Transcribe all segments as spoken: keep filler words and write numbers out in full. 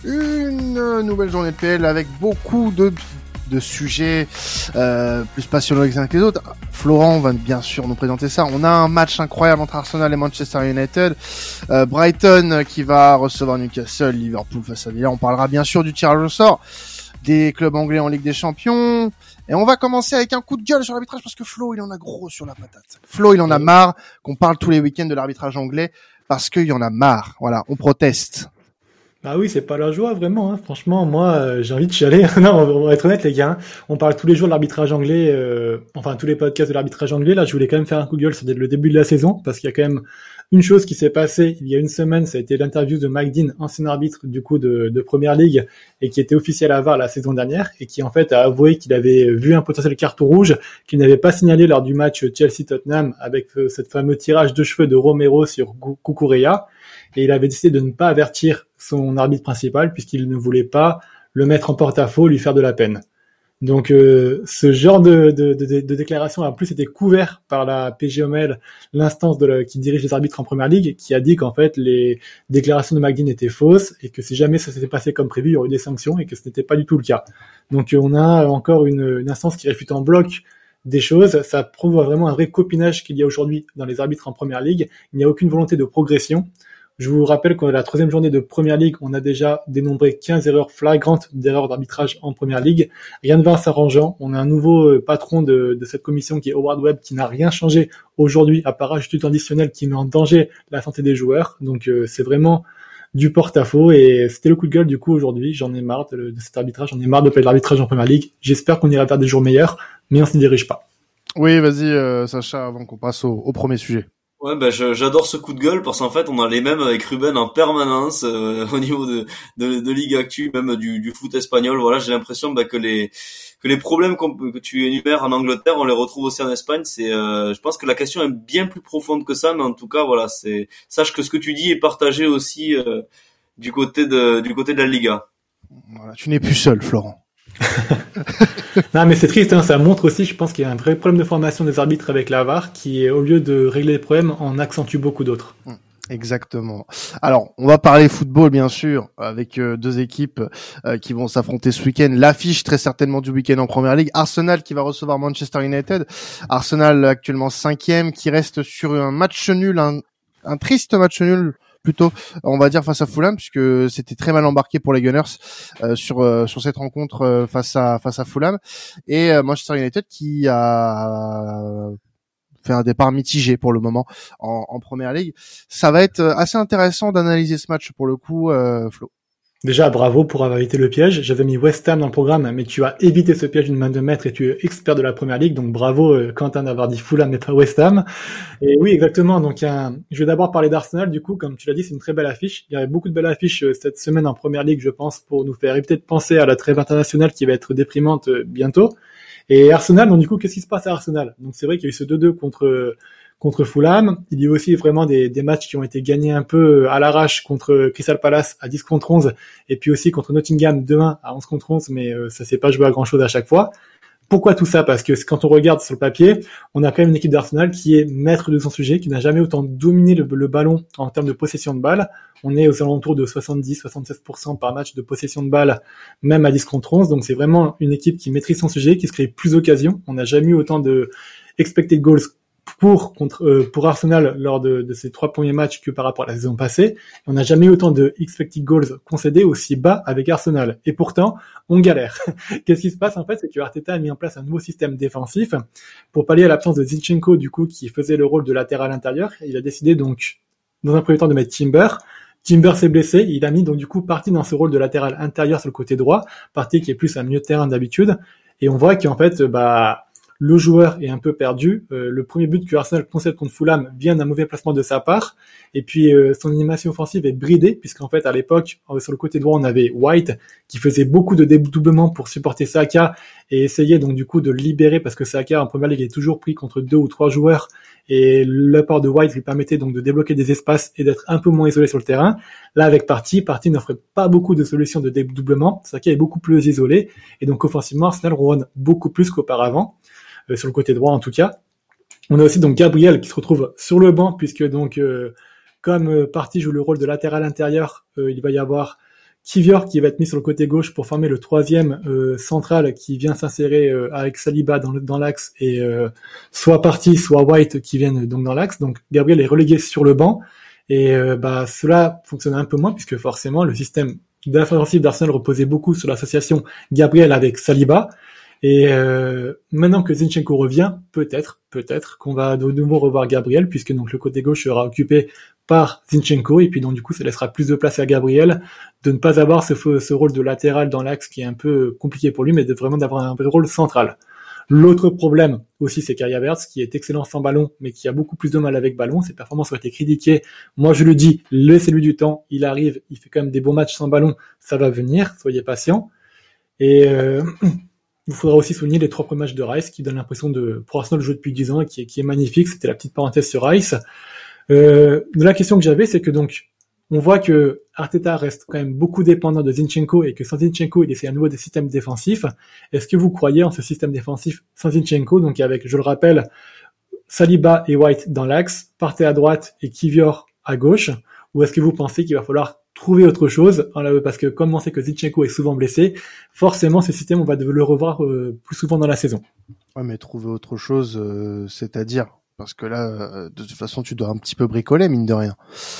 Une nouvelle journée de P L avec beaucoup de, de sujets euh, plus passionnants les uns que les autres. Florent va bien sûr nous présenter ça. On a un match incroyable entre Arsenal et Manchester United. Euh, Brighton qui va recevoir Newcastle, Liverpool face à Villa. On parlera bien sûr du tirage au sort des clubs anglais en Ligue des Champions. Et on va commencer avec un coup de gueule sur l'arbitrage parce que Flo, il en a gros sur la patate. Flo, il en a marre qu'on parle tous les week-ends de l'arbitrage anglais parce qu'il y en a marre. Voilà, on proteste. Ah oui, c'est pas la joie vraiment. Hein. Franchement, moi, euh, j'ai envie de chialer. Non, on va être honnête, les gars. Hein. On parle tous les jours de l'arbitrage anglais, euh, enfin tous les podcasts de l'arbitrage anglais. Là, je voulais quand même faire un coup de gueule sur le début de la saison parce qu'il y a quand même une chose qui s'est passée il y a une semaine. Ça a été l'interview de Mike Dean, ancien arbitre du coup de, de Première Ligue et qui était officiel à V A R la saison dernière et qui en fait a avoué qu'il avait vu un potentiel carton rouge qu'il n'avait pas signalé lors du match Chelsea-Tottenham avec euh, cette fameux tirage de cheveux de Romero sur Cucurella. Et il avait décidé de ne pas avertir son arbitre principal puisqu'il ne voulait pas le mettre en porte-à-faux, lui faire de la peine. Donc euh, ce genre de, de, de, de déclaration a plus été couvert par la P G M L, l'instance de la, qui dirige les arbitres en Première Ligue, qui a dit qu'en fait les déclarations de McGinn étaient fausses et que si jamais ça s'était passé comme prévu, il y aurait eu des sanctions et que ce n'était pas du tout le cas. Donc euh, on a encore une, une instance qui réfute en bloc des choses. Ça prouve vraiment un vrai copinage qu'il y a aujourd'hui dans les arbitres en Première Ligue. Il n'y a aucune volonté de progression. Je vous rappelle qu'à la troisième journée de Première Ligue, on a déjà dénombré quinze erreurs flagrantes d'erreurs d'arbitrage en Première Ligue. Rien ne va s'arrangeant. On a un nouveau patron de, de cette commission qui est Howard Webb, qui n'a rien changé aujourd'hui, à part rajouter un additionnel qui met en danger la santé des joueurs. Donc euh, c'est vraiment du porte-à-faux et c'était le coup de gueule du coup aujourd'hui. J'en ai marre de, de cet arbitrage, j'en ai marre de payer l'arbitrage en Première Ligue. J'espère qu'on ira vers des jours meilleurs, mais on s'y dirige pas. Oui, vas-y euh, Sacha, avant qu'on passe au, au premier sujet. Ouais, bah je, j'adore ce coup de gueule parce qu'en fait on a les mêmes avec Ruben en permanence euh, au niveau de, de de Ligue Actu, même du du foot espagnol. Voilà, j'ai l'impression bah, que les que les problèmes que tu énumères en Angleterre, on les retrouve aussi en Espagne. C'est, euh, je pense que la question est bien plus profonde que ça, mais en tout cas voilà, c'est sache que ce que tu dis est partagé aussi euh, du côté de du côté de la Liga. Voilà, tu n'es plus seul, Florent. Non mais c'est triste, hein, ça montre aussi, je pense qu'il y a un vrai problème de formation des arbitres avec la V A R qui, au lieu de régler les problèmes, en accentue beaucoup d'autres. Exactement. Alors, on va parler football, bien sûr, avec euh, deux équipes euh, qui vont s'affronter ce week-end. L'affiche, très certainement, du week-end en Première Ligue. Arsenal qui va recevoir Manchester United. Arsenal, actuellement cinquième, qui reste sur un match nul, un, un triste match nul, plutôt, on va dire, face à Fulham, puisque c'était très mal embarqué pour les Gunners euh, sur euh, sur cette rencontre euh, face à face à Fulham. Et euh, Manchester United qui a fait un départ mitigé pour le moment en, en Première Ligue. Ça va être assez intéressant d'analyser ce match pour le coup, euh, Flo. Déjà, bravo pour avoir évité le piège. J'avais mis West Ham dans le programme, mais tu as évité ce piège d'une main de maître et tu es expert de la Première Ligue. Donc bravo, euh, Quentin, d'avoir dit Fulham et pas West Ham. Et oui, exactement. Donc, un... je vais d'abord parler d'Arsenal. Du coup, comme tu l'as dit, c'est une très belle affiche. Il y avait beaucoup de belles affiches euh, cette semaine en Première Ligue, je pense, pour nous faire éviter de penser à la trêve internationale qui va être déprimante euh, bientôt. Et Arsenal, donc du coup, qu'est-ce qui se passe à Arsenal? Donc c'est vrai qu'il y a eu ce deux deux contre contre Fulham. Il y a eu aussi vraiment des, des matchs qui ont été gagnés un peu à l'arrache contre Crystal Palace à dix contre onze et puis aussi contre Nottingham deux un à onze contre onze, mais euh, ça s'est pas joué à grand chose à chaque fois. Pourquoi tout ça? Parce que quand on regarde sur le papier, on a quand même une équipe d'Arsenal qui est maître de son sujet, qui n'a jamais autant dominé le, le ballon en termes de possession de balle. On est aux alentours de soixante-dix à soixante-seize pour cent par match de possession de balle, même à dix contre onze. Donc c'est vraiment une équipe qui maîtrise son sujet, qui se crée plus d'occasions. On n'a jamais eu autant de expected goals pour contre euh, pour Arsenal lors de, de ces trois premiers matchs que par rapport à la saison passée. On n'a jamais eu autant de expected goals concédés aussi bas avec Arsenal. Et pourtant, on galère. Qu'est-ce qui se passe en fait? C'est que Arteta a mis en place un nouveau système défensif pour pallier à l'absence de Zinchenko, du coup, qui faisait le rôle de latéral intérieur. Il a décidé donc, dans un premier temps, de mettre Timber. Timber s'est blessé. Il a mis donc du coup Partey dans ce rôle de latéral intérieur sur le côté droit. Partey qui est plus un milieu de terrain d'habitude. Et on voit qu'en fait, bah le joueur est un peu perdu. Euh, le premier but que Arsenal concède contre Fulham vient d'un mauvais placement de sa part. Et puis, euh, son animation offensive est bridée, puisqu'en fait, à l'époque, sur le côté droit, on avait White, qui faisait beaucoup de dédoublements pour supporter Saka, et essayait donc du coup de le libérer, parce que Saka, en Première Ligue, est toujours pris contre deux ou trois joueurs, et l'apport de White lui permettait donc de débloquer des espaces et d'être un peu moins isolé sur le terrain. Là, avec Partey, Partey n'offrait pas beaucoup de solutions de dédoublement. Saka est beaucoup plus isolé, et donc offensivement, Arsenal ronronne beaucoup plus qu'auparavant. Euh, sur le côté droit en tout cas. On a aussi donc Gabriel qui se retrouve sur le banc puisque donc euh, comme euh, Partey joue le rôle de latéral intérieur, euh, il va y avoir Kivior qui va être mis sur le côté gauche pour former le troisième euh, central qui vient s'insérer euh, avec Saliba dans, le, dans l'axe et euh, soit Partey, soit White qui viennent donc dans l'axe. Donc Gabriel est relégué sur le banc et euh, bah cela fonctionne un peu moins puisque forcément le système défensif d'Arsenal reposait beaucoup sur l'association Gabriel avec Saliba. Et euh, maintenant que Zinchenko revient, peut-être, peut-être qu'on va de nouveau revoir Gabriel, puisque donc le côté gauche sera occupé par Zinchenko, et puis donc du coup ça laissera plus de place à Gabriel, de ne pas avoir ce, ce rôle de latéral dans l'axe qui est un peu compliqué pour lui, mais de vraiment d'avoir un vrai rôle central. L'autre problème aussi, c'est Kai Havertz, qui est excellent sans ballon, mais qui a beaucoup plus de mal avec ballon. Ses performances ont été critiquées. Moi, je le dis, laissez-lui du temps. Il arrive, il fait quand même des bons matchs sans ballon. Ça va venir, soyez patient. Et euh, il faudra aussi souligner les trois premiers matchs de Rice, qui donnent l'impression de, pour Arsenal, jouer depuis dix ans, et qui est, qui est magnifique. C'était la petite parenthèse sur Rice. Euh, la question que j'avais, c'est que donc, on voit que Arteta reste quand même beaucoup dépendant de Zinchenko et que sans Zinchenko, il essaie à nouveau des systèmes défensifs. Est-ce que vous croyez en ce système défensif sans Zinchenko, donc avec, je le rappelle, Saliba et White dans l'axe, Partey à droite et Kivior à gauche, ou est-ce que vous pensez qu'il va falloir trouver autre chose, parce que comme on sait que Zinchenko est souvent blessé, forcément ce système, on va le revoir euh, plus souvent dans la saison. Ouais, mais trouver autre chose, euh, c'est-à-dire, parce que là, de toute façon, tu dois un petit peu bricoler, mine de rien.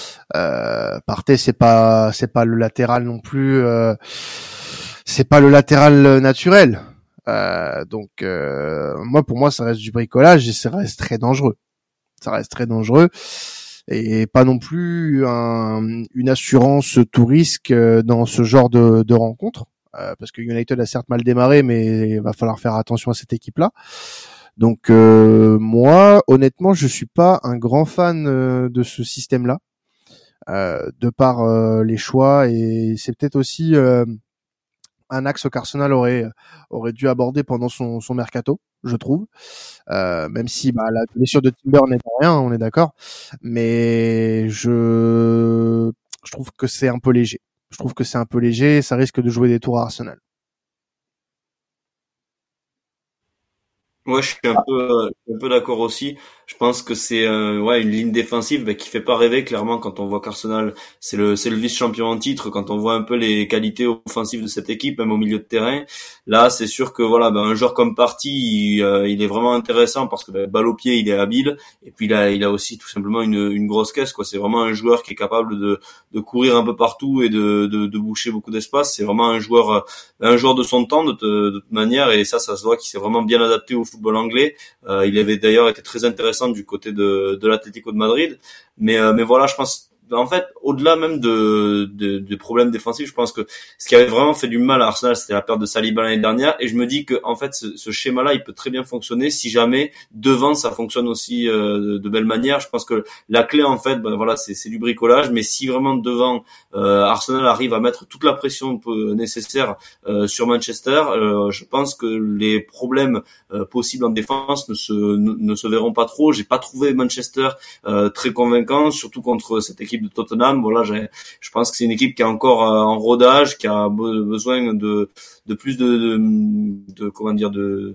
Euh, Partey, c'est pas, c'est pas le latéral non plus, euh, c'est pas le latéral naturel. Euh, donc, euh, moi, pour moi, ça reste du bricolage et ça reste très dangereux. Ça reste très dangereux et pas non plus un, une assurance tout risque dans ce genre de, de rencontre. Euh, parce que United a certes mal démarré, mais il va falloir faire attention à cette équipe-là. Donc euh, moi, honnêtement, je suis pas un grand fan euh, de ce système-là, euh, de par euh, les choix, et c'est peut-être aussi euh, un axe qu'Arsenal aurait aurait dû aborder pendant son, son mercato, je trouve. Euh, même si bah, la blessure de Timber n'est pas rien, on est d'accord, mais je je trouve que c'est un peu léger. Je trouve que c'est un peu léger, ça risque de jouer des tours à Arsenal. Ouais, je suis un peu, un peu d'accord aussi. Je pense que c'est euh, ouais une ligne défensive bah, qui fait pas rêver clairement quand on voit qu'Arsenal c'est le c'est le vice-champion en titre. Quand on voit un peu les qualités offensives de cette équipe, même au milieu de terrain, là c'est sûr que voilà bah, un joueur comme Partey, il, euh, il est vraiment intéressant parce que bah, balle au pied, il est habile et puis il a il a aussi tout simplement une une grosse caisse quoi. C'est vraiment un joueur qui est capable de de courir un peu partout et de de, de boucher beaucoup d'espace. C'est vraiment un joueur un joueur de son temps de, de, de toute manière et ça ça se voit qu'il s'est vraiment bien adapté au football anglais. Euh, il avait d'ailleurs été très intéressant du côté de, de l'Atlético de Madrid, mais euh, mais voilà, je pense en fait au-delà même de, de de problèmes défensifs, je pense que ce qui avait vraiment fait du mal à Arsenal, c'était la perte de Saliba l'année dernière, et je me dis que en fait ce, ce schéma-là, il peut très bien fonctionner si jamais devant ça fonctionne aussi euh, de, de belle manière. Je pense que la clé en fait, ben voilà, c'est c'est du bricolage, mais si vraiment devant euh, Arsenal arrive à mettre toute la pression nécessaire euh, sur Manchester, euh, je pense que les problèmes euh, possibles en défense ne se ne, ne se verront pas trop. J'ai pas trouvé Manchester euh, très convaincant, surtout contre cette équipe de Tottenham. Voilà, j'ai, je pense que c'est une équipe qui est encore euh, en rodage, qui a be- besoin de de plus de, de, de comment dire de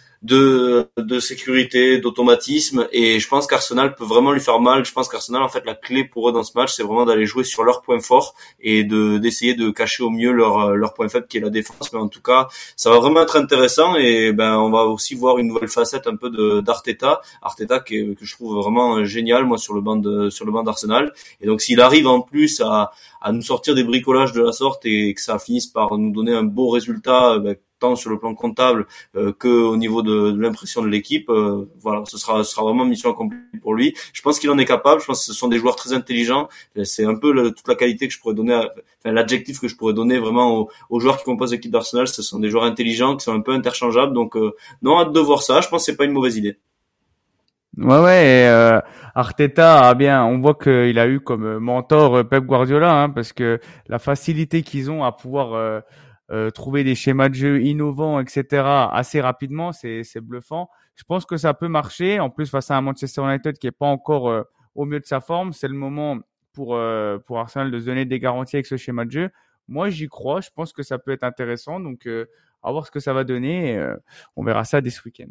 de de sécurité, d'automatisme, et je pense qu'Arsenal peut vraiment lui faire mal. Je pense qu'Arsenal, en fait, la clé pour eux dans ce match, c'est vraiment d'aller jouer sur leur point fort et de d'essayer de cacher au mieux leur leur point faible qui est la défense. Mais en tout cas, ça va vraiment être intéressant, et ben on va aussi voir une nouvelle facette un peu de d'Arteta, Arteta qui est, que je trouve vraiment génial moi sur le banc de sur le banc d'Arsenal. Et donc s'il arrive en plus à à nous sortir des bricolages de la sorte et que ça finisse par nous donner un beau résultat, ben, tant sur le plan comptable euh, que au niveau de, de l'impression de l'équipe, euh, voilà, ce sera ce sera vraiment mission accomplie pour lui. Je pense qu'il en est capable. Je pense que ce sont des joueurs très intelligents. C'est un peu le, toute la qualité que je pourrais donner, à, enfin l'adjectif que je pourrais donner vraiment aux, aux joueurs qui composent l'équipe d'Arsenal. Ce sont des joueurs intelligents qui sont un peu interchangeables. Donc euh, non, hâte de voir ça. Je pense que c'est pas une mauvaise idée. Ouais, ouais, et, euh, Arteta a bien, on voit qu'il a eu comme mentor euh, Pep Guardiola, hein, parce que la facilité qu'ils ont à pouvoir euh, euh, trouver des schémas de jeu innovants, et cetera, assez rapidement, c'est, c'est bluffant. Je pense que ça peut marcher. En plus, face à un Manchester United qui est pas encore euh, au mieux de sa forme, c'est le moment pour euh, pour Arsenal de se donner des garanties avec ce schéma de jeu. Moi, j'y crois. Je pense que ça peut être intéressant. Donc, euh, à voir ce que ça va donner. Et, euh, on verra ça dès ce week-end.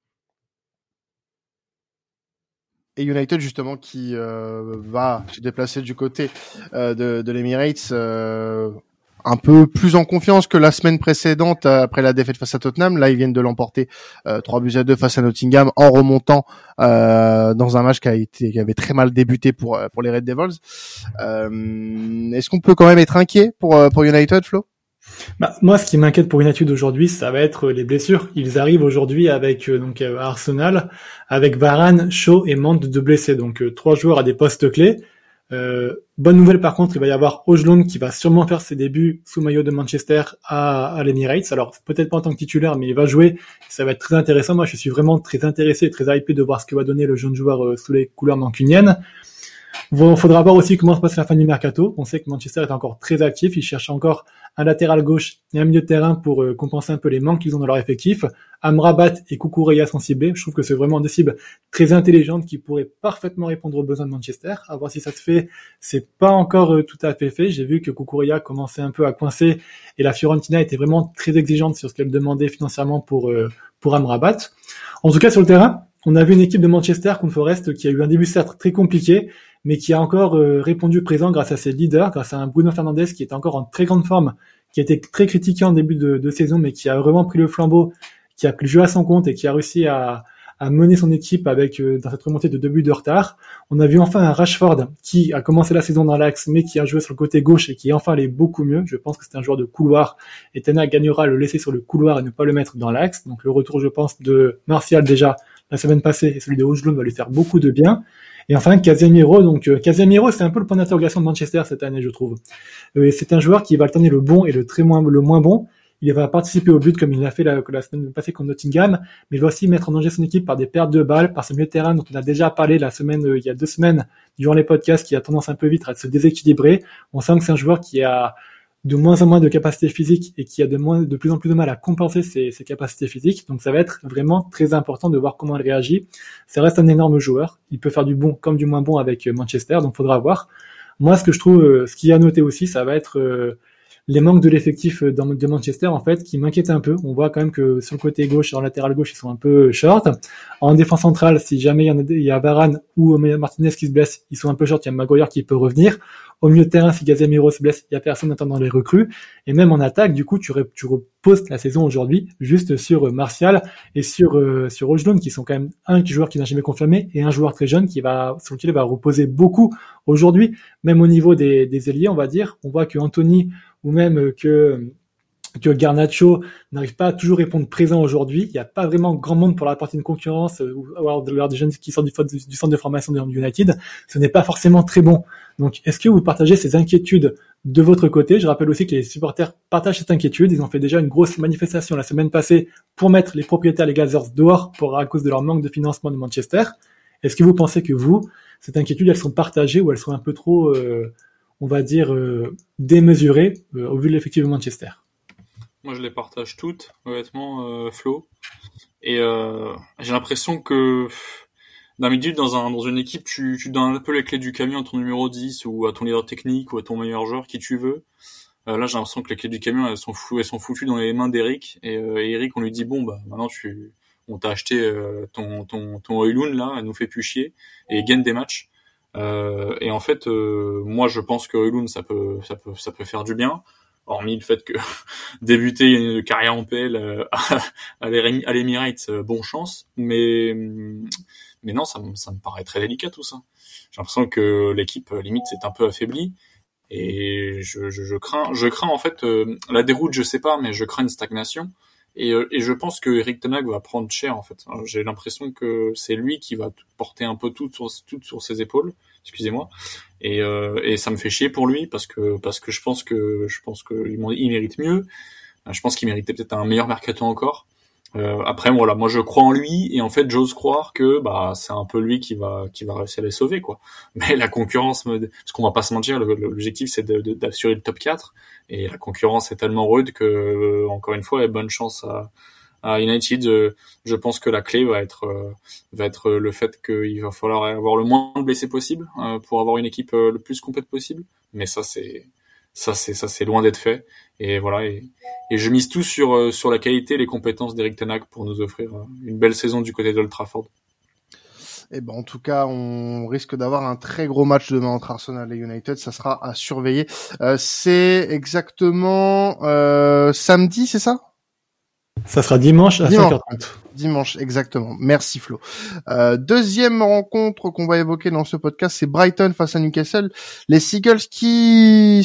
Et United justement qui euh, va se déplacer du côté euh, de, de l'Emirates, euh, un peu plus en confiance que la semaine précédente après la défaite face à Tottenham. Là, ils viennent de l'emporter euh, trois buts à deux face à Nottingham en remontant euh, dans un match qui a été qui avait très mal débuté pour pour les Red Devils. Euh, est-ce qu'on peut quand même être inquiet pour pour United, Flo? Bah, moi, ce qui m'inquiète pour United aujourd'hui, ça va être les blessures. Ils arrivent aujourd'hui avec euh, donc euh, Arsenal, avec Varane, Shaw et Mount de blessés. Donc euh, trois joueurs à des postes clés. Euh, bonne nouvelle par contre, il va y avoir Højlund qui va sûrement faire ses débuts sous maillot de Manchester à, à l'Emirates. Alors peut-être pas en tant que titulaire, mais il va jouer. Ça va être très intéressant. Moi, je suis vraiment très intéressé et très hypé de voir ce que va donner le jeune joueur euh, sous les couleurs mancuniennes. Il faudra voir aussi comment se passe la fin du mercato. On sait que Manchester est encore très actif. Ils cherchent encore un latéral gauche et un milieu de terrain pour euh, compenser un peu les manques qu'ils ont dans leur effectif. Amrabat et Cucurella sont ciblés. Je trouve que c'est vraiment des cibles très intelligentes qui pourraient parfaitement répondre aux besoins de Manchester. À voir si ça se fait. C'est pas encore euh, tout à fait fait. J'ai vu que Cucurella commençait un peu à coincer et la Fiorentina était vraiment très exigeante sur ce qu'elle demandait financièrement pour euh, pour Amrabat. En tout cas, sur le terrain, on a vu une équipe de Manchester contre Forest qui a eu un début certes très compliqué, mais qui a encore euh, répondu présent grâce à ses leaders, grâce à un Bruno Fernandes qui est encore en très grande forme, qui a été très critiqué en début de, de saison, mais qui a vraiment pris le flambeau, qui a pris le jeu à son compte et qui a réussi à, à mener son équipe avec euh, dans cette remontée de deux buts de retard. On a vu enfin un Rashford qui a commencé la saison dans l'axe, mais qui a joué sur le côté gauche et qui est enfin allé beaucoup mieux. Je pense que c'est un joueur de couloir et Ten Hag gagnera à le laisser sur le couloir et ne pas le mettre dans l'axe. Donc le retour, je pense, de Martial déjà la semaine passée et celui de Højlund va lui faire beaucoup de bien. Et enfin, Casemiro, donc euh, Casemiro, c'est un peu le point d'interrogation de Manchester cette année, je trouve. Euh, c'est un joueur qui va alterner le bon et le très moins le moins bon. Il va participer au but comme il l'a fait la, la semaine passée contre Nottingham, mais il va aussi mettre en danger son équipe par des pertes de balles, par ce milieu de terrain dont on a déjà parlé la semaine, euh, il y a deux semaines, durant les podcasts, qui a tendance un peu vite à se déséquilibrer. On sent que c'est un joueur qui a de moins en moins de capacités physiques et qui a de moins, de plus en plus de mal à compenser ses, ses capacités physiques. Donc ça va être vraiment très important de voir comment il réagit. Ça reste un énorme joueur. Il peut faire du bon comme du moins bon avec Manchester, donc faudra voir. Moi, ce que je trouve, ce qu'il y a à noter aussi, ça va être euh, les manques de l'effectif de Manchester, en fait, qui m'inquiètent un peu. On voit quand même que sur le côté gauche, sur le latéral gauche, ils sont un peu short. En défense centrale, si jamais il y, en a, il y a Varane ou Martinez qui se blesse, ils sont un peu short. Il y a Maguire qui peut revenir. Au milieu de terrain, si Casemiro se blesse, il y a personne attendant les recrues. Et même en attaque, du coup, tu, re, tu reposes la saison aujourd'hui juste sur Martial et sur euh, sur Højlund, qui sont quand même un joueur qui n'a jamais confirmé et un joueur très jeune qui va sur lequel il va reposer beaucoup aujourd'hui. Même au niveau des, des ailiers, on va dire, on voit que Anthony ou même que que Garnacho n'arrive pas à toujours répondre présent aujourd'hui. Il n'y a pas vraiment grand monde pour la partie de concurrence ou avoir des jeunes qui sortent du, du centre de formation de United. Ce n'est pas forcément très bon. Donc, est-ce que vous partagez ces inquiétudes de votre côté? Je rappelle aussi que les supporters partagent cette inquiétude. Ils ont fait déjà une grosse manifestation la semaine passée pour mettre les propriétaires, les Glazers, dehors pour, à cause de leur manque de financement de Manchester. Est-ce que vous pensez que vous, cette inquiétude, elles sont partagées ou elles sont un peu trop, euh, on va dire, euh, démesurées euh, au vu de l'effectif de Manchester? Moi, je les partage toutes, honnêtement, euh, Flo. Et euh, j'ai l'impression que d'habitude, dans, un, dans une équipe, tu, tu donnes un peu les clés du camion à ton numéro dix ou à ton leader technique ou à ton meilleur joueur, qui tu veux. Euh, là, j'ai l'impression que les clés du camion, elles sont, fou, elles sont foutues dans les mains d'Eric. Et, euh, et Eric, on lui dit, bon, bah maintenant, tu, on t'a acheté euh, ton, ton, ton Højlund, là, elle nous fait plus chier, et gagne des matchs. Euh, et en fait, euh, moi, je pense que Højlund, ça peut, ça peut, ça peut faire du bien. Hormis le fait que débuter une carrière en P L euh, à l'Emirates, euh, bon chance, mais mais non, ça me ça me paraît très délicat tout ça. J'ai l'impression que l'équipe limite s'est un peu affaiblie et je je, je crains je crains en fait euh, la déroute, je sais pas, mais je crains une stagnation et euh, et je pense que Erik ten Hag va prendre cher en fait. Alors, j'ai l'impression que c'est lui qui va porter un peu tout sur tout sur ses épaules. Excusez-moi. Et, euh, et ça me fait chier pour lui parce que parce que je pense que je pense que il, il mérite mieux. Je pense qu'il méritait peut-être un meilleur mercato encore. Euh, après voilà, moi je crois en lui et en fait j'ose croire que bah c'est un peu lui qui va qui va réussir à les sauver quoi. Mais la concurrence me... parce qu'on va pas se mentir, l'objectif c'est de, de, d'assurer le top quatre et la concurrence est tellement rude que euh, encore une fois, bonne chance à à United. Euh, je pense que la clé va être euh, va être le fait qu'il va falloir avoir le moins de blessés possible euh, pour avoir une équipe euh, le plus complète possible. Mais ça c'est ça c'est ça c'est loin d'être fait. Et voilà. Et, et je mise tout sur euh, sur la qualité et les compétences d'Erik ten Hag pour nous offrir euh, une belle saison du côté de Old Trafford. Et ben en tout cas, on risque d'avoir un très gros match demain entre Arsenal et United. Ça sera à surveiller. Euh, c'est exactement euh, samedi, c'est ça? Ça sera dimanche à Dimanche. cinq heures trente. Dimanche, exactement. Merci Flo. Euh, deuxième rencontre qu'on va évoquer dans ce podcast, c'est Brighton face à Newcastle. Les Seagulls qui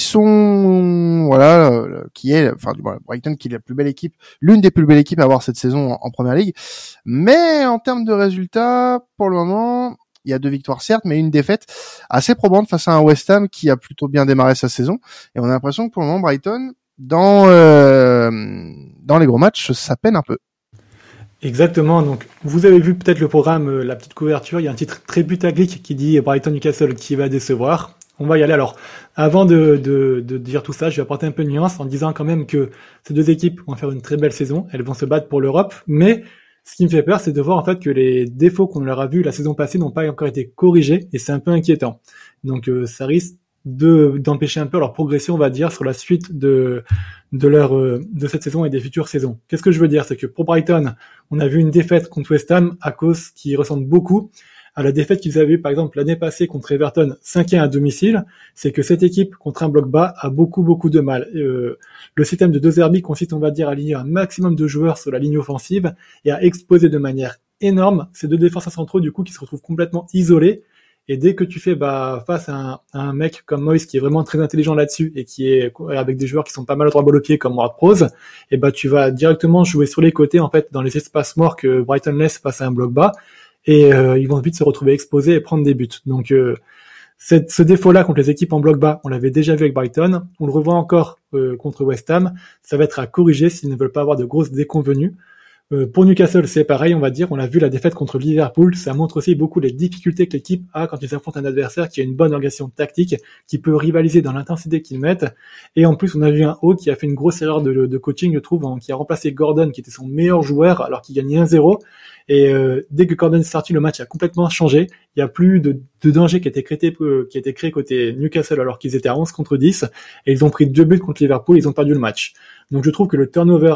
sont, voilà, euh, qui est, enfin, voilà, Brighton qui est la plus belle équipe, l'une des plus belles équipes à avoir cette saison en, en Première Ligue. Mais en termes de résultats, pour le moment, il y a deux victoires certes, mais une défaite assez probante face à un West Ham qui a plutôt bien démarré sa saison. Et on a l'impression que pour le moment, Brighton, dans euh, dans les gros matchs, ça peine un peu. Exactement, donc vous avez vu peut-être le programme, euh, la petite couverture, il y a un titre très putaclic qui dit Brighton Newcastle qui va décevoir. On va y aller. Alors, avant de, de, de dire tout ça, je vais apporter un peu de nuance en disant quand même que ces deux équipes vont faire une très belle saison, elles vont se battre pour l'Europe, mais ce qui me fait peur, c'est de voir en fait que les défauts qu'on leur a vus la saison passée n'ont pas encore été corrigés, et c'est un peu inquiétant. Donc euh, ça risque de d'empêcher un peu leur progression, on va dire, sur la suite de de leur euh, de cette saison et des futures saisons. Qu'est-ce que je veux dire, c'est que pour Brighton, on a vu une défaite contre West Ham à cause qui ressemble beaucoup à la défaite qu'ils avaient eu par exemple l'année passée contre Everton cinq un à domicile. C'est que cette équipe contre un bloc bas a beaucoup beaucoup de mal. Euh, le système de De Zerbi consiste, on va dire, à aligner un maximum de joueurs sur la ligne offensive et à exposer de manière énorme ces deux défenseurs centraux du coup qui se retrouvent complètement isolés. Et dès que tu fais bah face à un, à un mec comme Moyes qui est vraiment très intelligent là-dessus et qui est avec des joueurs qui sont pas mal droit balle au pied comme Ward-Prowse, et bah tu vas directement jouer sur les côtés en fait dans les espaces morts que Brighton laisse face à un bloc bas et euh, ils vont vite se retrouver exposés et prendre des buts. Donc euh, cette, ce défaut-là contre les équipes en bloc bas, on l'avait déjà vu avec Brighton, on le revoit encore euh, contre West Ham. Ça va être à corriger s'ils ne veulent pas avoir de grosses déconvenues. Euh, pour Newcastle, c'est pareil, on va dire, on a vu la défaite contre Liverpool, ça montre aussi beaucoup les difficultés que l'équipe a quand ils affrontent un adversaire qui a une bonne organisation tactique, qui peut rivaliser dans l'intensité qu'ils mettent, et en plus on a vu un haut qui a fait une grosse erreur de, de coaching, je trouve, en, qui a remplacé Gordon, qui était son meilleur joueur, alors qu'il gagnait un zéro, et euh, dès que Gordon est sorti, le match a complètement changé, il n'y a plus de, de danger qui a été créé, euh, qui a été créé côté Newcastle alors qu'ils étaient à onze contre dix, et ils ont pris deux buts contre Liverpool, ils ont perdu le match. Donc je trouve que le turnover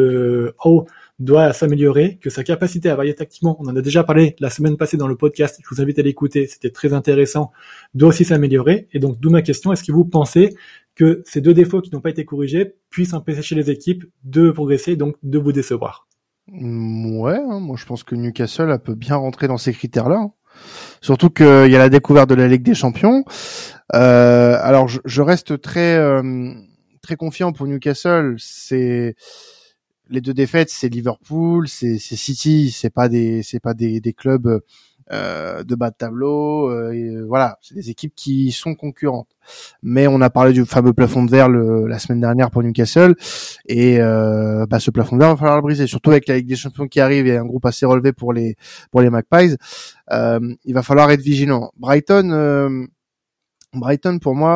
de Howe doit s'améliorer, que sa capacité à varier tactiquement, on en a déjà parlé la semaine passée dans le podcast, je vous invite à l'écouter, c'était très intéressant, doit aussi s'améliorer. Et donc d'où ma question, est-ce que vous pensez que ces deux défauts qui n'ont pas été corrigés puissent empêcher les équipes de progresser, donc de vous décevoir? Ouais, hein, moi je pense que Newcastle elle peut bien rentrer dans ces critères-là. Hein. Surtout qu'il y a la découverte de la Ligue des Champions. Euh, alors je, je reste très euh, très confiant pour Newcastle. C'est les deux défaites, c'est Liverpool, c'est, c'est City, c'est pas des c'est pas des, des clubs euh, de bas de tableau. Euh, et, voilà, c'est des équipes qui sont concurrentes. Mais on a parlé du fameux plafond de verre le, la semaine dernière pour Newcastle, et euh, bah, ce plafond de verre va falloir le briser, surtout avec la Ligue des Champions qui arrive et un groupe assez relevé pour les pour les Magpies. Euh, il va falloir être vigilant. Brighton. Euh, Brighton, pour moi,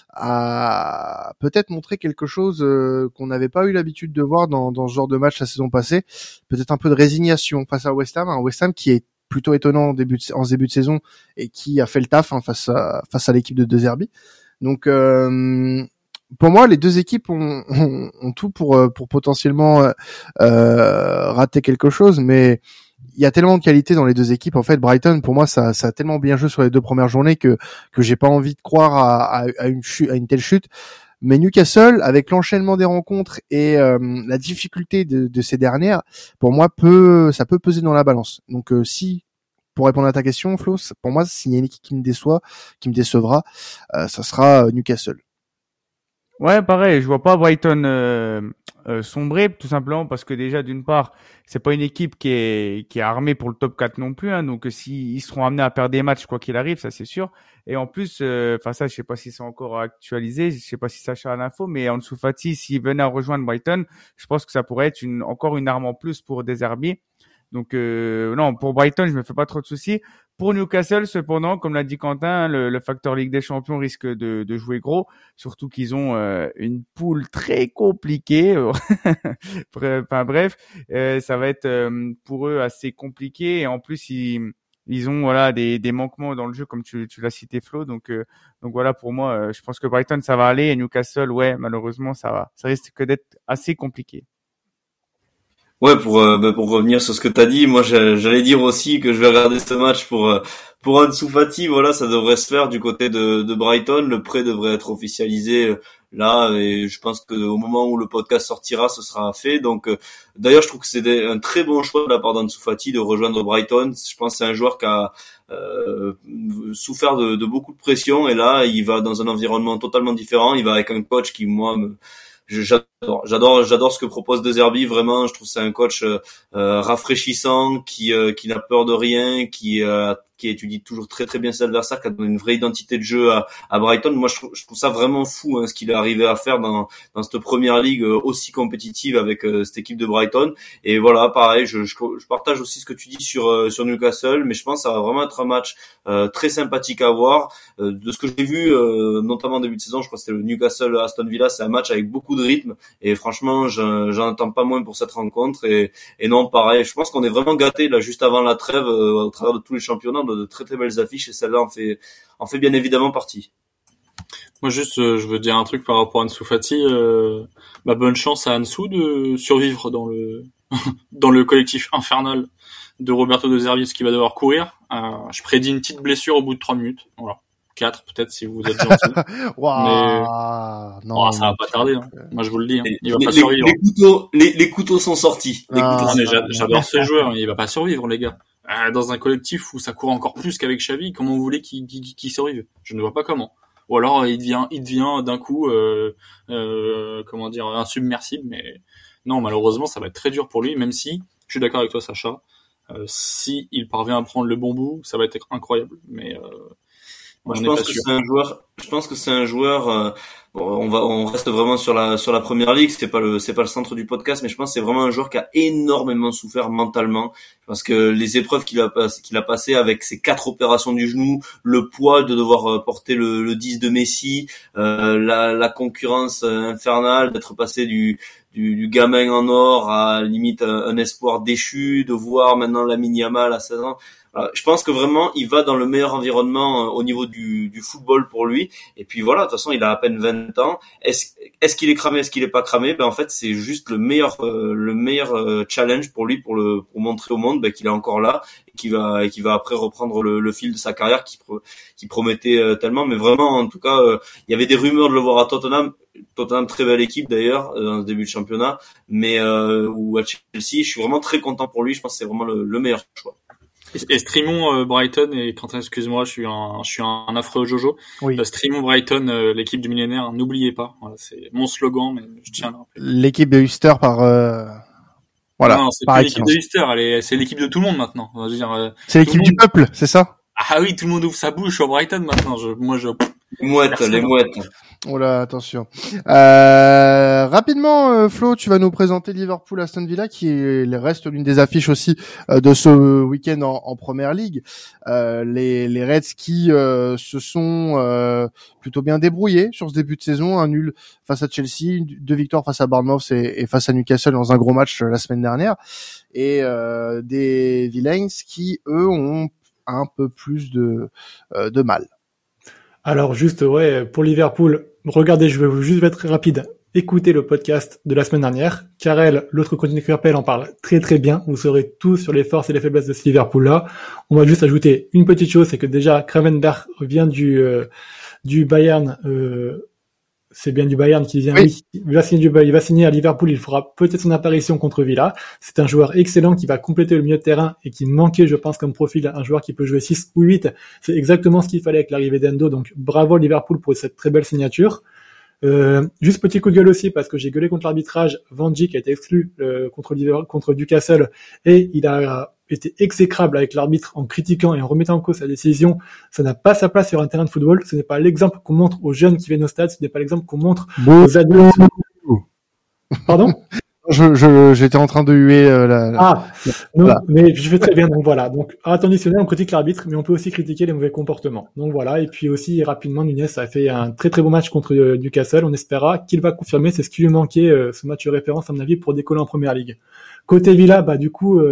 a peut-être montré quelque chose euh, qu'on n'avait pas eu l'habitude de voir dans, dans ce genre de match la saison passée. Peut-être un peu de résignation face à West Ham, un West Ham qui est plutôt étonnant en début de, en début de saison et qui a fait le taf hein, face à face à l'équipe de De Zerbi. Donc, euh, pour moi, les deux équipes ont, ont, ont tout pour pour potentiellement euh, rater quelque chose, mais il y a tellement de qualité dans les deux équipes. En fait, Brighton, pour moi, ça, ça a tellement bien joué sur les deux premières journées que que j'ai pas envie de croire à, à, à une chute, à une telle chute. Mais Newcastle, avec l'enchaînement des rencontres et euh, la difficulté de, de ces dernières, pour moi, peut ça peut peser dans la balance. Donc, euh, si pour répondre à ta question, Flo, pour moi, s'il y a une équipe qui me déçoit, qui me décevra, euh, ça sera Newcastle. Ouais, pareil, je vois pas Brighton euh, euh, sombrer, tout simplement parce que déjà, d'une part, c'est pas une équipe qui est qui est armée pour le top quatre non plus, hein, donc s'ils seront amenés à perdre des matchs quoi qu'il arrive, ça c'est sûr. Et en plus, enfin euh, ça, je sais pas si c'est encore actualisé, je sais pas si ça cherche l'info, mais en dessous Fati, s'il venait à rejoindre Brighton, je pense que ça pourrait être une encore une arme en plus pour De Zerbi. Donc euh, non, pour Brighton, je me fais pas trop de soucis. Pour Newcastle, cependant, comme l'a dit Quentin, le, le facteur Ligue des Champions risque de, de jouer gros, surtout qu'ils ont euh, une poule très compliquée. Enfin bref, euh, ça va être euh, pour eux assez compliqué, et en plus ils ils ont voilà des, des manquements dans le jeu comme tu, tu l'as cité Flo. Donc euh, donc voilà, pour moi, euh, je pense que Brighton ça va aller, et Newcastle, ouais, malheureusement ça va, ça risque d'être assez compliqué. Ouais, pour euh, bah, pour revenir sur ce que t'as dit, moi j'allais dire aussi que je vais regarder ce match pour euh, pour Ansu Fati. Voilà, ça devrait se faire du côté de, de Brighton. Le prêt devrait être officialisé euh, là, et je pense que au moment où le podcast sortira, ce sera fait. Donc, euh, d'ailleurs, je trouve que c'est des, un très bon choix de la part d'Ansu Fati de rejoindre Brighton. Je pense que c'est un joueur qui a euh, souffert de, de beaucoup de pression, et là, il va dans un environnement totalement différent. Il va avec un coach qui, moi, me J'adore, j'adore, j'adore ce que propose De Zerbi. Vraiment, je trouve que c'est un coach euh, rafraîchissant, qui euh, qui n'a peur de rien, qui euh, qui étudie toujours très très bien ses adversaires, qui a donné une vraie identité de jeu à, à Brighton. Moi, je trouve, je trouve ça vraiment fou, hein, ce qu'il est arrivé à faire dans dans cette première ligue aussi compétitive avec euh, cette équipe de Brighton. Et voilà, pareil, je, je je partage aussi ce que tu dis sur euh, sur Newcastle, mais je pense que ça va vraiment être un match euh, très sympathique à voir. Euh, de ce que j'ai vu, euh, notamment en début de saison, je crois que c'était le Newcastle Aston Villa, c'est un match avec beaucoup de rythme, et franchement, je, j'en attends pas moins pour cette rencontre. Et, et non, pareil, je pense qu'on est vraiment gâtés là juste avant la trêve, euh, au travers de tous les championnats, de, de très très belles affiches, et celle-là en fait en fait bien évidemment partie. Moi juste, euh, je veux dire un truc par rapport à Ansu Fati. Euh, bah, bonne chance à Ansu de survivre dans le dans le collectif infernal de Roberto De Zerbi, ce qui va devoir courir. Euh, je prédis une petite blessure au bout de trois minutes. Voilà. quatre peut-être si vous êtes gentil. Wow, mais non, oh, ça va pas tarder, hein. Moi je vous le dis, hein. Il va les, pas survivre. Les couteaux, les, les couteaux sont sortis. Les Ah, couteaux Non, mais sont j'a- j'adore ce joueur, il va pas survivre, les gars. Euh, dans un collectif où ça court encore plus qu'avec Xavi, comment vous voulez qu'il, qu'il, qu'il survive? Je ne vois pas comment. Ou alors il devient, il devient d'un coup, euh, euh, comment dire, insubmersible. Mais non, malheureusement, ça va être très dur pour lui, même si je suis d'accord avec toi, Sacha. Euh, si il parvient à prendre le bon bout, ça va être incroyable. Mais euh, Moi, on je n'est pense pas que sûr. c'est un joueur. Je pense que c'est un joueur. Euh, bon, on va, on reste vraiment sur la sur la première ligue. C'est pas le, c'est pas le centre du podcast, mais je pense que c'est vraiment un joueur qui a énormément souffert mentalement, parce que les épreuves qu'il a passé, qu'il a passé avec ses quatre opérations du genou, le poids de devoir porter le, le dix de Messi, euh, la, la concurrence infernale d'être passé du Du, du gamin en or à limite un, un espoir déchu, de voir maintenant Lamine Yamal à seize ans. Voilà, je pense que vraiment il va dans le meilleur environnement euh, au niveau du, du football pour lui. Et puis voilà, de toute façon il a à peine vingt ans. Est-ce, est-ce qu'il est cramé, est-ce qu'il est pas cramé? Ben en fait c'est juste le meilleur euh, le meilleur euh, challenge pour lui, pour le pour montrer au monde ben, qu'il est encore là, et qu'il va et qu'il va après reprendre le, le fil de sa carrière qui qui promettait euh, tellement. Mais vraiment, en tout cas, euh, il y avait des rumeurs de le voir à Tottenham. Tottenham, très belle équipe d'ailleurs dans ce début de championnat, mais euh, ou à Chelsea. Je suis vraiment très content pour lui. Je pense que c'est vraiment le, le meilleur choix. Et, et streamons euh, Brighton, et Quentin, excuse-moi, je suis un, je suis un, un affreux Jojo. Oui. Euh, streamons Brighton, euh, l'équipe du millénaire, hein, n'oubliez pas. Voilà, c'est mon slogan, mais je tiens à le rappeler. L'équipe de Huster par euh... voilà. Non, c'est par plus l'équipe excellence. de Huster, elle est, c'est l'équipe de tout le monde maintenant. On va dire, euh, C'est l'équipe tout le du monde- peuple, c'est ça? Ah oui, tout le monde ouvre sa bouche sur Brighton maintenant. Je, moi, je. Les mouettes, Merci. les mouettes. Oh là, attention. Euh, rapidement, euh, Flo, tu vas nous présenter Liverpool Aston Villa, qui est, les reste l'une des affiches aussi euh, de ce week-end en, en Première Ligue. Euh, les, les Reds qui euh, se sont euh, plutôt bien débrouillés sur ce début de saison, un nul face à Chelsea, deux victoires face à Bournemouth et, et face à Newcastle dans un gros match euh, la semaine dernière, et euh, des Villains qui eux ont un peu plus de euh, de mal. Alors juste, ouais, pour Liverpool, regardez, je vais juste être très rapide. Écoutez le podcast de la semaine dernière. Karel, l'autre chroniqueur P L, en parle très très bien. Vous saurez tout sur les forces et les faiblesses de ce Liverpool-là. On va juste ajouter une petite chose, c'est que déjà, Gravenberch vient du euh, du Bayern. Euh, c'est bien du Bayern qui vient. Oui. Oui, il va signer du, il va signer à Liverpool. Il fera peut-être son apparition contre Villa. C'est un joueur excellent qui va compléter le milieu de terrain et qui manquait, je pense, comme profil, un joueur qui peut jouer six ou huit. C'est exactement ce qu'il fallait avec l'arrivée d'Endo. Donc, bravo Liverpool pour cette très belle signature. Euh, juste petit coup de gueule aussi, parce que j'ai gueulé contre l'arbitrage. Van Dijk a été exclu euh, contre, contre Newcastle, et il a été exécrable avec l'arbitre en critiquant et en remettant en cause sa décision. Ça n'a pas sa place sur un terrain de football. Ce n'est pas l'exemple qu'on montre aux jeunes qui viennent au stade. Ce n'est pas l'exemple qu'on montre Bon. aux adultes. Pardon? Je, je, j'étais en train de huer euh, la, la... Ah, non, Voilà. mais je fais très bien. Donc voilà. Donc, à attenditionnel, on critique l'arbitre, mais on peut aussi critiquer les mauvais comportements. Donc voilà. Et puis aussi, rapidement, Nunez a fait un très très beau match contre euh, Newcastle. On espéra qu'il va confirmer. C'est ce qui lui manquait, euh, ce match de référence, à mon avis, pour décoller en première ligue. Côté Villa, bah, du coup, euh,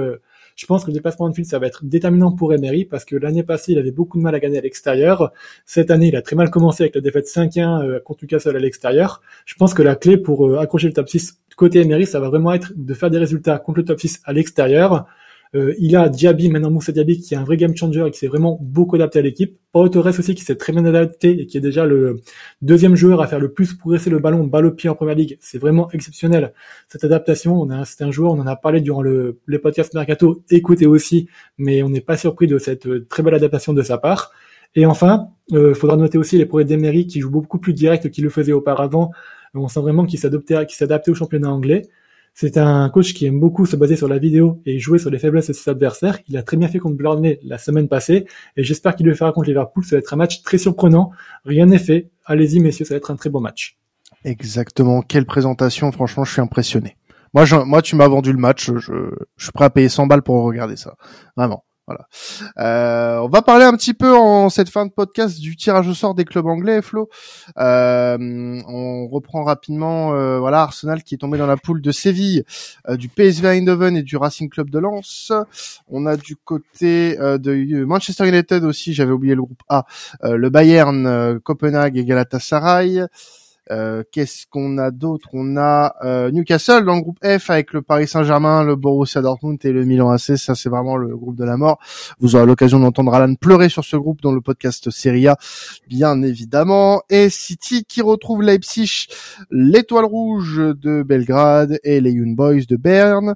Je pense que le déplacement Anfield, ça va être déterminant pour Emery parce que l'année passée, il avait beaucoup de mal à gagner à l'extérieur. Cette année, il a très mal commencé avec la défaite cinq un euh, contre Newcastle à l'extérieur. Je pense que la clé pour euh, accrocher le top six côté Emery, ça va vraiment être de faire des résultats contre le top six à l'extérieur. Euh, il a Diaby, maintenant Moussa Diaby, qui est un vrai game changer et qui s'est vraiment beaucoup adapté à l'équipe. Pau Torres aussi, qui s'est très bien adapté et qui est déjà le deuxième joueur à faire le plus progresser le ballon balle au pied en Première Ligue. C'est vraiment exceptionnel, cette adaptation. On a, c'est un joueur, on en a parlé durant le, les podcasts Mercato, écoutez aussi, mais on n'est pas surpris de cette euh, très belle adaptation de sa part. Et enfin, euh, faudra noter aussi les progrès d'Emery, qui joue beaucoup plus direct qu'il le faisait auparavant. On sent vraiment qu'il s'adaptait, qu'il s'adaptait au championnat anglais. C'est un coach qui aime beaucoup se baser sur la vidéo et jouer sur les faiblesses de ses adversaires. Il a très bien fait contre Burnley la semaine passée et j'espère qu'il le fera contre Liverpool. Ça va être un match très surprenant. Rien n'est fait. Allez-y messieurs, ça va être un très bon match. Exactement. Quelle présentation. Franchement, je suis impressionné. Moi, je, moi, tu m'as vendu le match. Je, je suis prêt à payer cent balles pour regarder ça. Vraiment. Voilà. Euh, on va parler un petit peu en cette fin de podcast du tirage au sort des clubs anglais, Flo. Euh, on reprend rapidement, euh, voilà, Arsenal qui est tombé dans la poule de Séville, euh, du P S V Eindhoven et du Racing Club de Lens. On a du côté euh, de Manchester United aussi, j'avais oublié le groupe A, euh, le Bayern, euh, Copenhague et Galatasaray. Euh, qu'est-ce qu'on a d'autre? On a euh, Newcastle dans le groupe F avec le Paris Saint-Germain, le Borussia Dortmund et le Milan A C. Ça, c'est vraiment le groupe de la mort. Vous aurez l'occasion d'entendre Alan pleurer sur ce groupe dans le podcast Serie A, bien évidemment. Et City qui retrouve Leipzig, l'Étoile Rouge de Belgrade et les Young Boys de Berne.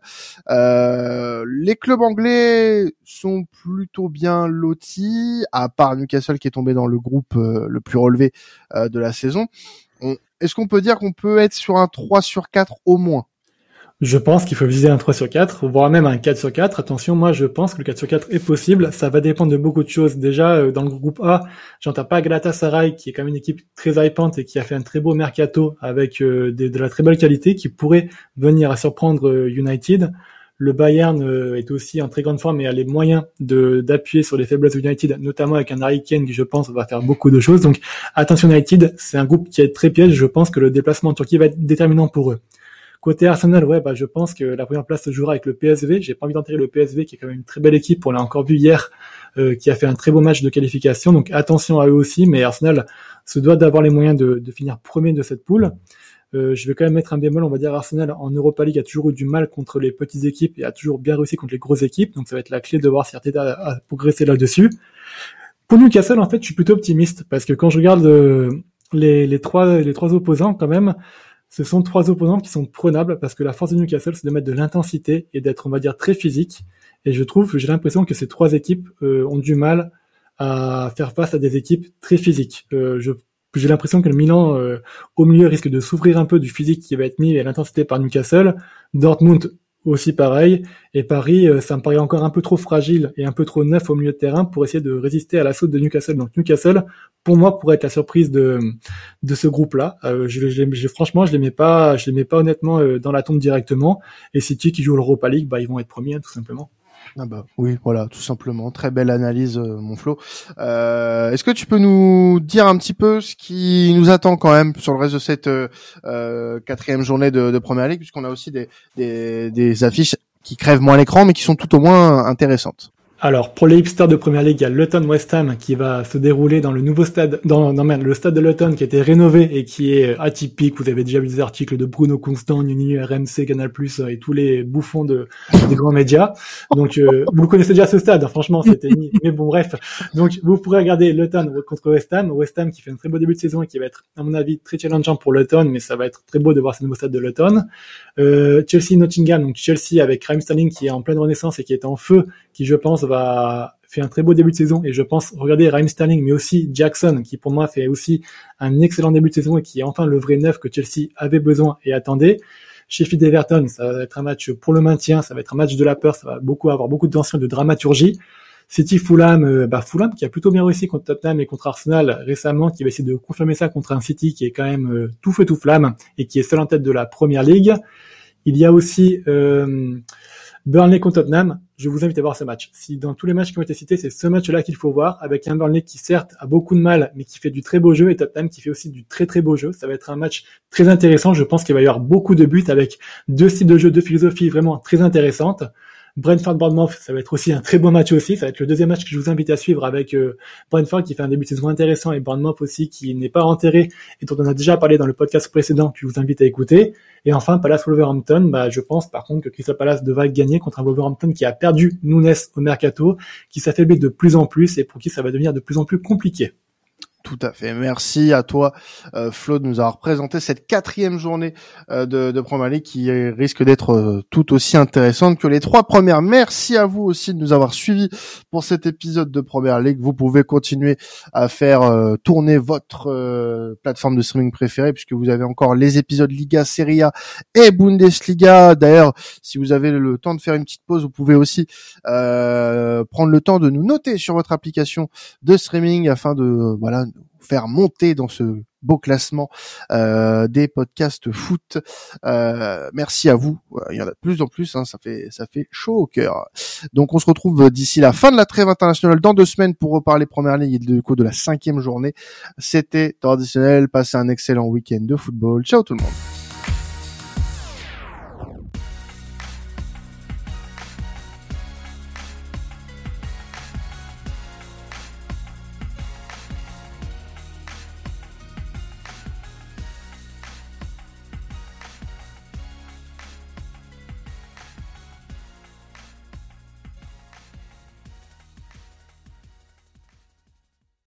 Euh, les clubs anglais sont plutôt bien lotis, à part Newcastle qui est tombé dans le groupe euh, le plus relevé euh, de la saison. On, est-ce qu'on peut dire qu'on peut être sur un trois sur quatre au moins? Je pense qu'il faut viser un trois sur quatre, voire même un quatre sur quatre. Attention, moi je pense que le quatre sur quatre est possible. Ça va dépendre de beaucoup de choses. Déjà, dans le groupe A, j'entends pas Galatasaray, qui est quand même une équipe très hypante et qui a fait un très beau mercato avec euh, des, de la très belle qualité, qui pourrait venir à surprendre euh, United. Le Bayern euh, est aussi en très grande forme et a les moyens de d'appuyer sur les faiblesses de United, notamment avec un Harry Kane qui, je pense, va faire beaucoup de choses. Donc, attention United, c'est un groupe qui est très piège. Je pense que le déplacement en Turquie va être déterminant pour eux. Côté Arsenal, ouais, bah je pense que la première place se jouera avec le P S V. J'ai pas envie d'enterrer le P S V, qui est quand même une très belle équipe. On l'a encore vu hier, euh, qui a fait un très beau match de qualification. Donc, attention à eux aussi. Mais Arsenal se doit d'avoir les moyens de, de finir premier de cette poule. Euh, je vais quand même mettre un bémol, on va dire Arsenal en Europa League a toujours eu du mal contre les petites équipes et a toujours bien réussi contre les grosses équipes, donc ça va être la clé de voir si Arteta a progressé là-dessus. Pour Newcastle, en fait, je suis plutôt optimiste parce que quand je regarde euh, les, les trois les trois opposants, quand même, ce sont trois opposants qui sont prenables parce que la force de Newcastle, c'est de mettre de l'intensité et d'être, on va dire, très physique. Et je trouve, j'ai l'impression que ces trois équipes euh, ont du mal à faire face à des équipes très physiques. Euh, je J'ai l'impression que le Milan, euh, au milieu, risque de souffrir un peu du physique qui va être mis et l'intensité par Newcastle. Dortmund aussi pareil. Et Paris, euh, ça me paraît encore un peu trop fragile et un peu trop neuf au milieu de terrain pour essayer de résister à l'assaut de Newcastle. Donc Newcastle, pour moi, pourrait être la surprise de de ce groupe-là. Euh, je, je, je, franchement, je les mets pas, je les mets pas honnêtement euh, dans la tombe directement. Et City qui joue l'Europa League, bah ils vont être premiers, hein, tout simplement. Ah bah oui, voilà, tout simplement. Très belle analyse, euh, mon Flo. Euh, est-ce que tu peux nous dire un petit peu ce qui nous attend quand même sur le reste de cette euh, quatrième journée de, de Première Ligue, puisqu'on a aussi des, des, des affiches qui crèvent moins l'écran, mais qui sont tout au moins intéressantes. Alors, pour les hipsters de Première Ligue, il y a Luton West Ham qui va se dérouler dans le nouveau stade, dans, dans le stade de Luton qui a été rénové et qui est atypique. Vous avez déjà vu des articles de Bruno Constant, Nuni, R M C, Canal+, et tous les bouffons de, des grands médias. Donc, euh, vous connaissez déjà ce stade, hein, franchement, c'était, mais bon, bref. Donc, vous pourrez regarder Luton contre West Ham. West Ham qui fait un très beau début de saison et qui va être, à mon avis, très challengeant pour Luton, mais ça va être très beau de voir ce nouveau stade de Luton. Euh, Chelsea-Nottingham, donc Chelsea avec Raheem Sterling qui est en pleine renaissance et qui est en feu, qui, je pense, va faire un très beau début de saison. Et je pense, regardez Raheem Sterling, mais aussi Jackson, qui pour moi fait aussi un excellent début de saison et qui est enfin le vrai neuf que Chelsea avait besoin et attendait. Sheffield Everton, ça va être un match pour le maintien, ça va être un match de la peur, ça va beaucoup avoir beaucoup de tension, de dramaturgie. City Fulham, euh, bah Fulham qui a plutôt bien réussi contre Tottenham et contre Arsenal récemment, qui va essayer de confirmer ça contre un City qui est quand même euh, tout feu tout flamme et qui est seul en tête de la Première Ligue. Il y a aussi euh, Burnley contre Tottenham. Je vous invite à voir ce match. Si dans tous les matchs qui ont été cités, c'est ce match-là qu'il faut voir, avec un Burnley qui certes a beaucoup de mal, mais qui fait du très beau jeu, et Tottenham qui fait aussi du très très beau jeu. Ça va être un match très intéressant. Je pense qu'il va y avoir beaucoup de buts avec deux styles de jeu, deux philosophies vraiment très intéressantes. Brentford-Bournemouth, ça va être aussi un très beau match aussi. Ça va être le deuxième match que je vous invite à suivre avec euh, Brentford qui fait un début de saison intéressant et Bournemouth aussi qui n'est pas enterré et dont on a déjà parlé dans le podcast précédent que je vous invite à écouter. Et enfin, Palace-Wolverhampton, bah, je pense par contre que Crystal Palace devra gagner contre un Wolverhampton qui a perdu Nunes au mercato, qui s'affaiblit de plus en plus et pour qui ça va devenir de plus en plus compliqué. Tout à fait. Merci à toi, euh, Flo, de nous avoir présenté cette quatrième journée euh, de, de Premier League qui risque d'être euh, tout aussi intéressante que les trois premières. Merci à vous aussi de nous avoir suivis pour cet épisode de Premier League. Vous pouvez continuer à faire euh, tourner votre euh, plateforme de streaming préférée puisque vous avez encore les épisodes Liga, Serie A et Bundesliga. D'ailleurs, si vous avez le temps de faire une petite pause, vous pouvez aussi euh, prendre le temps de nous noter sur votre application de streaming afin de euh, voilà faire monter dans ce beau classement euh, des podcasts foot. Euh, merci à vous. Il y en a de plus en plus, hein, ça fait ça fait chaud au cœur. Donc on se retrouve d'ici la fin de la trêve internationale dans deux semaines pour reparler Première Ligue et du coup de la cinquième journée. C'était traditionnel. Passez un excellent week-end de football. Ciao tout le monde.